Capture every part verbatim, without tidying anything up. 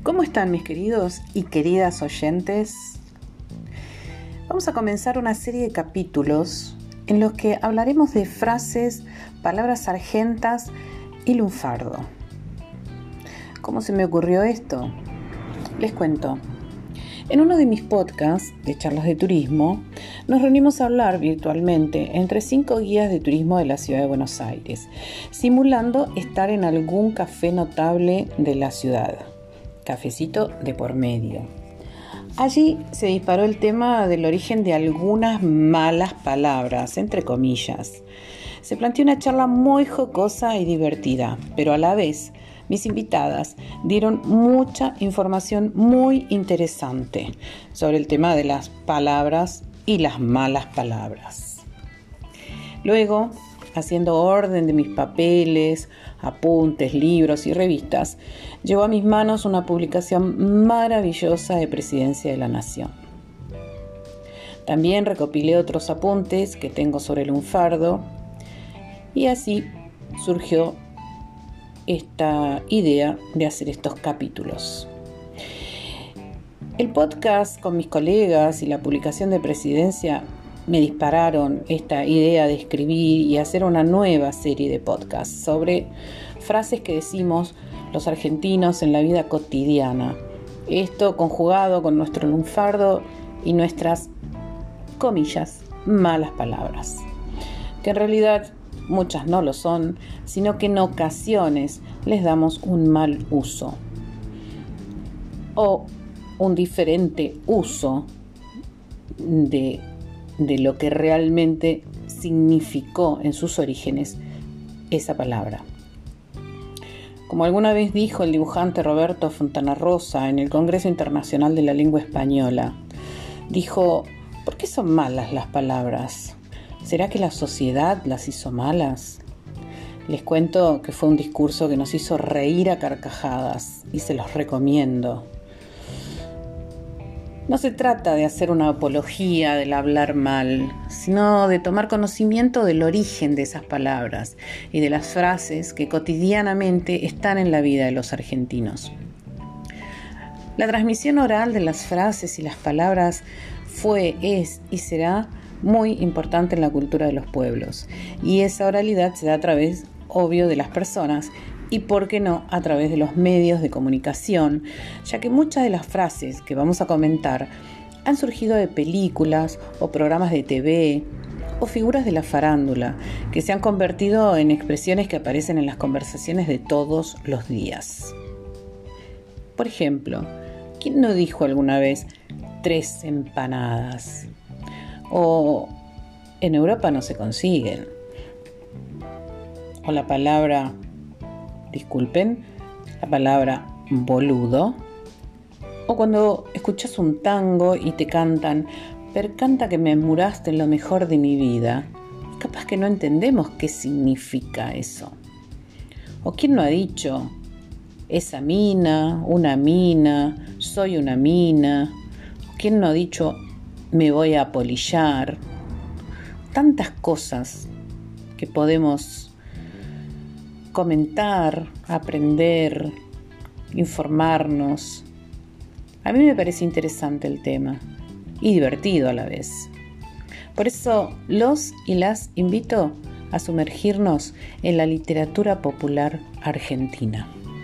¿Cómo están mis queridos y queridas oyentes? Vamos a comenzar una serie de capítulos en los que hablaremos de frases, palabras argentas y lunfardo. ¿Cómo se me ocurrió esto? Les cuento. En uno de mis podcasts de charlas de turismo, nos reunimos a hablar virtualmente entre cinco guías de turismo de la ciudad de Buenos Aires, simulando estar en algún café notable de la ciudad. Cafecito de por medio. Allí se disparó el tema del origen de algunas malas palabras, entre comillas. Se planteó una charla muy jocosa y divertida, pero a la vez mis invitadas dieron mucha información muy interesante sobre el tema de las palabras y las malas palabras. Luego, haciendo orden de mis papeles, apuntes, libros y revistas, llegó a mis manos una publicación maravillosa de Presidencia de la Nación. También recopilé otros apuntes que tengo sobre el lunfardo y así surgió esta idea de hacer estos capítulos. El podcast con mis colegas y la publicación de Presidencia me dispararon esta idea de escribir y hacer una nueva serie de podcasts sobre frases que decimos los argentinos en la vida cotidiana. Esto conjugado con nuestro lunfardo y nuestras, comillas, malas palabras, que en realidad muchas no lo son, sino que en ocasiones les damos un mal uso o un diferente uso de, de lo que realmente significó en sus orígenes esa palabra. Como alguna vez dijo el dibujante Roberto Fontana Rosa en el Congreso Internacional de la Lengua Española, dijo: ¿por qué son malas las palabras? ¿Será que la sociedad las hizo malas? Les cuento que fue un discurso que nos hizo reír a carcajadas y se los recomiendo. No se trata de hacer una apología del hablar mal, sino de tomar conocimiento del origen de esas palabras y de las frases que cotidianamente están en la vida de los argentinos. La transmisión oral de las frases y las palabras fue, es y será muy importante en la cultura de los pueblos, y esa oralidad se da a través, obvio, de las personas y, por qué no, a través de los medios de comunicación, ya que muchas de las frases que vamos a comentar han surgido de películas o programas de T V o figuras de la farándula que se han convertido en expresiones que aparecen en las conversaciones de todos los días. Por ejemplo, ¿quién no dijo alguna vez tres empanadas? O en Europa no se consiguen. O la palabra, disculpen, la palabra boludo. O cuando escuchas un tango y te cantan: percanta que me muraste en lo mejor de mi vida. Capaz que no entendemos qué significa eso. O quién no ha dicho: esa mina, una mina, soy una mina. O quién no ha dicho: me voy a apolillar. Tantas cosas que podemos comentar, aprender, informarnos. A mí me parece interesante el tema y divertido a la vez. Por eso los y las invito a sumergirnos en la literatura popular argentina.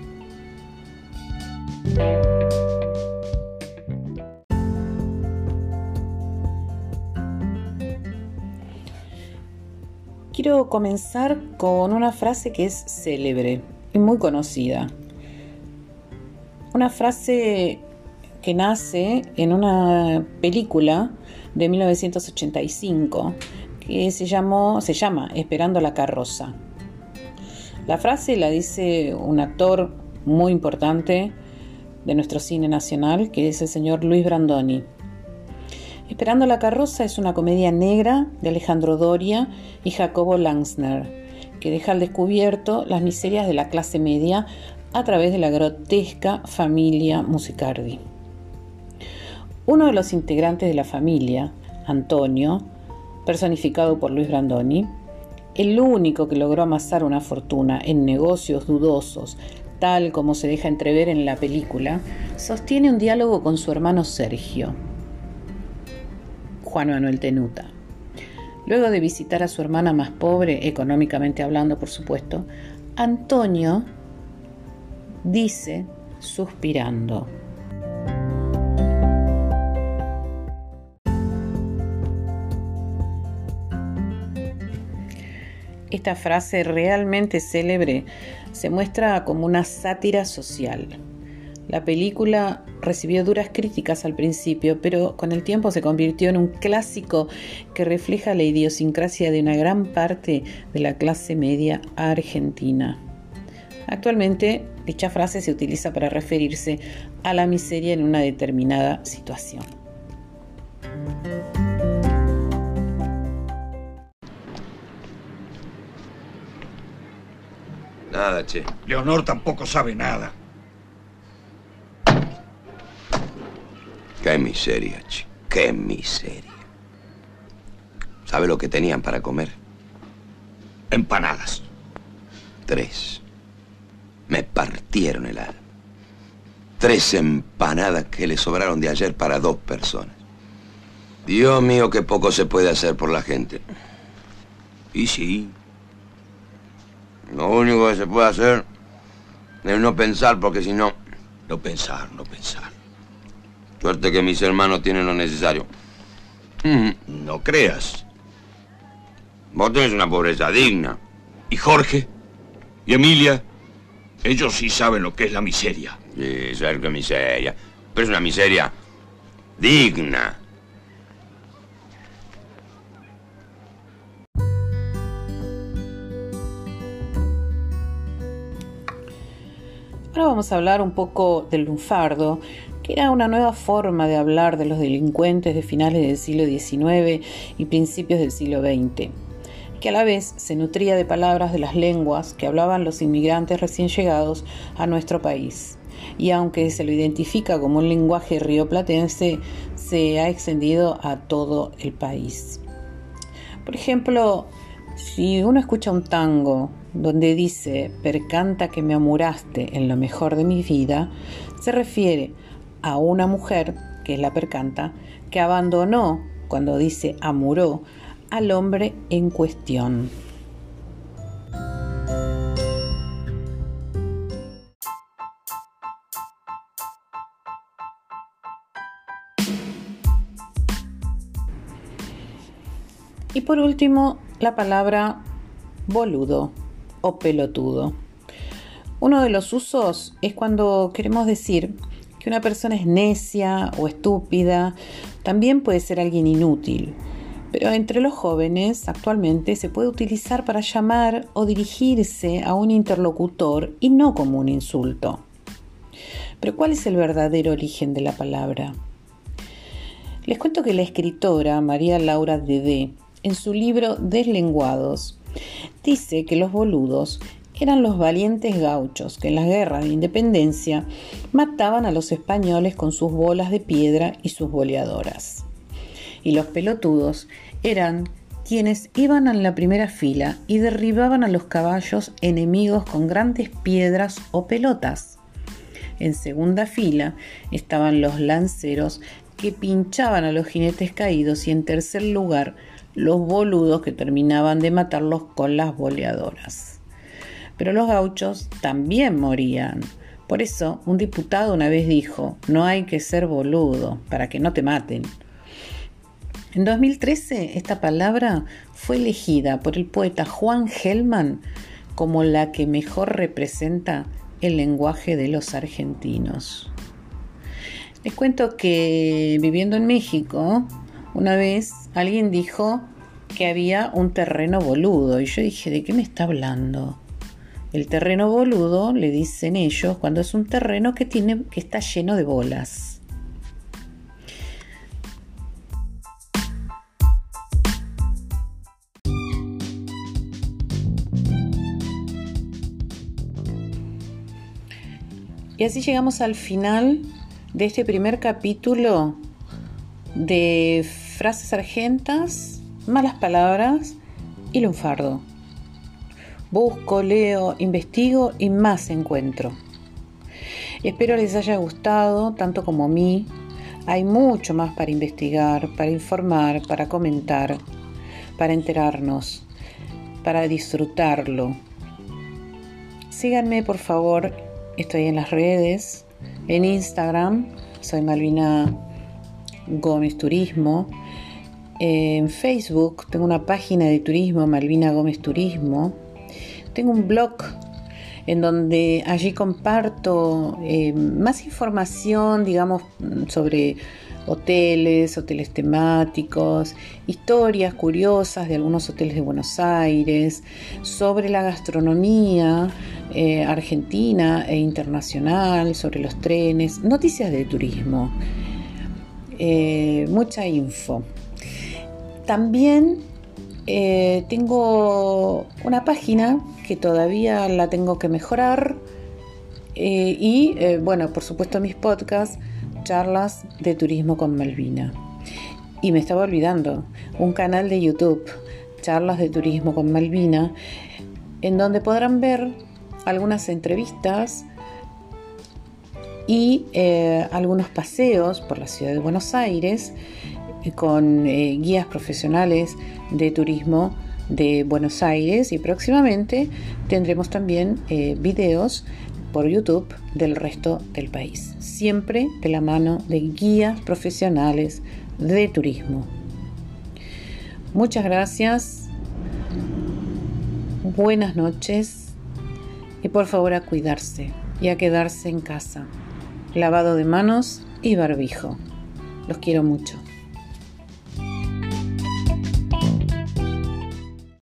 Quiero comenzar con una frase que es célebre y muy conocida. Una frase que nace en una película de mil novecientos ochenta y cinco que se llamó, se llama Esperando la carroza. La frase la dice un actor muy importante de nuestro cine nacional, que es el señor Luis Brandoni. Esperando la carroza es una comedia negra de Alejandro Doria y Jacobo Langsner, que deja al descubierto las miserias de la clase media a través de la grotesca familia Musicardi. Uno de los integrantes de la familia, Antonio, personificado por Luis Brandoni, el único que logró amasar una fortuna en negocios dudosos, tal como se deja entrever en la película, sostiene un diálogo con su hermano Sergio, Juan Manuel Tenuta. Luego de visitar a su hermana más pobre, económicamente hablando, por supuesto, Antonio dice, suspirando: esta frase realmente célebre se muestra como una sátira social. La película recibió duras críticas al principio, pero con el tiempo se convirtió en un clásico que refleja la idiosincrasia de una gran parte de la clase media argentina. Actualmente, dicha frase se utiliza para referirse a la miseria en una determinada situación. Nada, che. Leonor tampoco sabe nada. Qué miseria, che. Qué miseria. ¿Sabe lo que tenían para comer? Empanadas. Tres. Me partieron el alma. Tres empanadas que le sobraron de ayer para dos personas. Dios mío, qué poco se puede hacer por la gente. Y sí. Lo único que se puede hacer es no pensar, porque si no... No pensar, no pensar. Suerte que mis hermanos tienen lo necesario. Mm. No creas. Vos tenés una pobreza digna. ¿Y Jorge? ¿Y Emilia? Ellos sí saben lo que es la miseria. Sí, saber qué miseria. Pero es una miseria digna. Ahora vamos a hablar un poco del lunfardo, que era una nueva forma de hablar de los delincuentes de finales del siglo diecinueve y principios del siglo veinte, que a la vez se nutría de palabras de las lenguas que hablaban los inmigrantes recién llegados a nuestro país. Y aunque se lo identifica como un lenguaje rioplatense, se ha extendido a todo el país. Por ejemplo, si uno escucha un tango donde dice "percanta que me amuraste en lo mejor de mi vida", se refiere a una mujer, que es la percanta, que abandonó, cuando dice amuró, al hombre en cuestión. Y por último, la palabra boludo o pelotudo. Uno de los usos es cuando queremos decir que una persona es necia o estúpida. También puede ser alguien inútil, pero entre los jóvenes actualmente se puede utilizar para llamar o dirigirse a un interlocutor y no como un insulto. Pero ¿cuál es el verdadero origen de la palabra? Les cuento que la escritora María Laura Dedé, en su libro Deslenguados, dice que los boludos eran los valientes gauchos que en las guerras de independencia mataban a los españoles con sus bolas de piedra y sus boleadoras. Y los pelotudos eran quienes iban en la primera fila y derribaban a los caballos enemigos con grandes piedras o pelotas. En segunda fila estaban los lanceros que pinchaban a los jinetes caídos, y en tercer lugar los boludos que terminaban de matarlos con las boleadoras. Pero los gauchos también morían. Por eso un diputado una vez dijo: no hay que ser boludo para que no te maten. En dos mil trece esta palabra fue elegida por el poeta Juan Gelman como la que mejor representa el lenguaje de los argentinos. Les cuento que viviendo en México, una vez alguien dijo que había un terreno boludo y yo dije: ¿de qué me está hablando? El terreno boludo, le dicen ellos, cuando es un terreno que tiene, que está lleno de bolas. Y así llegamos al final de este primer capítulo de frases argentas, malas palabras y lunfardo. Busco, leo, investigo y más encuentro. Espero les haya gustado tanto como a mí. Hay mucho más para investigar, para informar, para comentar, para enterarnos, para disfrutarlo. Síganme, por favor. Estoy en las redes, en Instagram, soy Malvina Gómez Turismo. En Facebook tengo una página de turismo, Malvina Gómez Turismo. Tengo un blog en donde allí comparto eh, más información, digamos, sobre hoteles, hoteles temáticos, historias curiosas de algunos hoteles de Buenos Aires, sobre la gastronomía eh, argentina e internacional, sobre los trenes, noticias de turismo, eh, mucha info. También eh, tengo una página que todavía la tengo que mejorar eh, y, eh, bueno, por supuesto mis podcasts, charlas de turismo con Malvina. Y me estaba olvidando, un canal de YouTube, charlas de turismo con Malvina, en donde podrán ver algunas entrevistas y eh, algunos paseos por la ciudad de Buenos Aires con eh, guías profesionales de turismo de Buenos Aires, y próximamente tendremos también eh, videos por YouTube del resto del país, siempre de la mano de guías profesionales de turismo. Muchas gracias, buenas noches y por favor a cuidarse y a quedarse en casa, lavado de manos y barbijo. Los quiero mucho.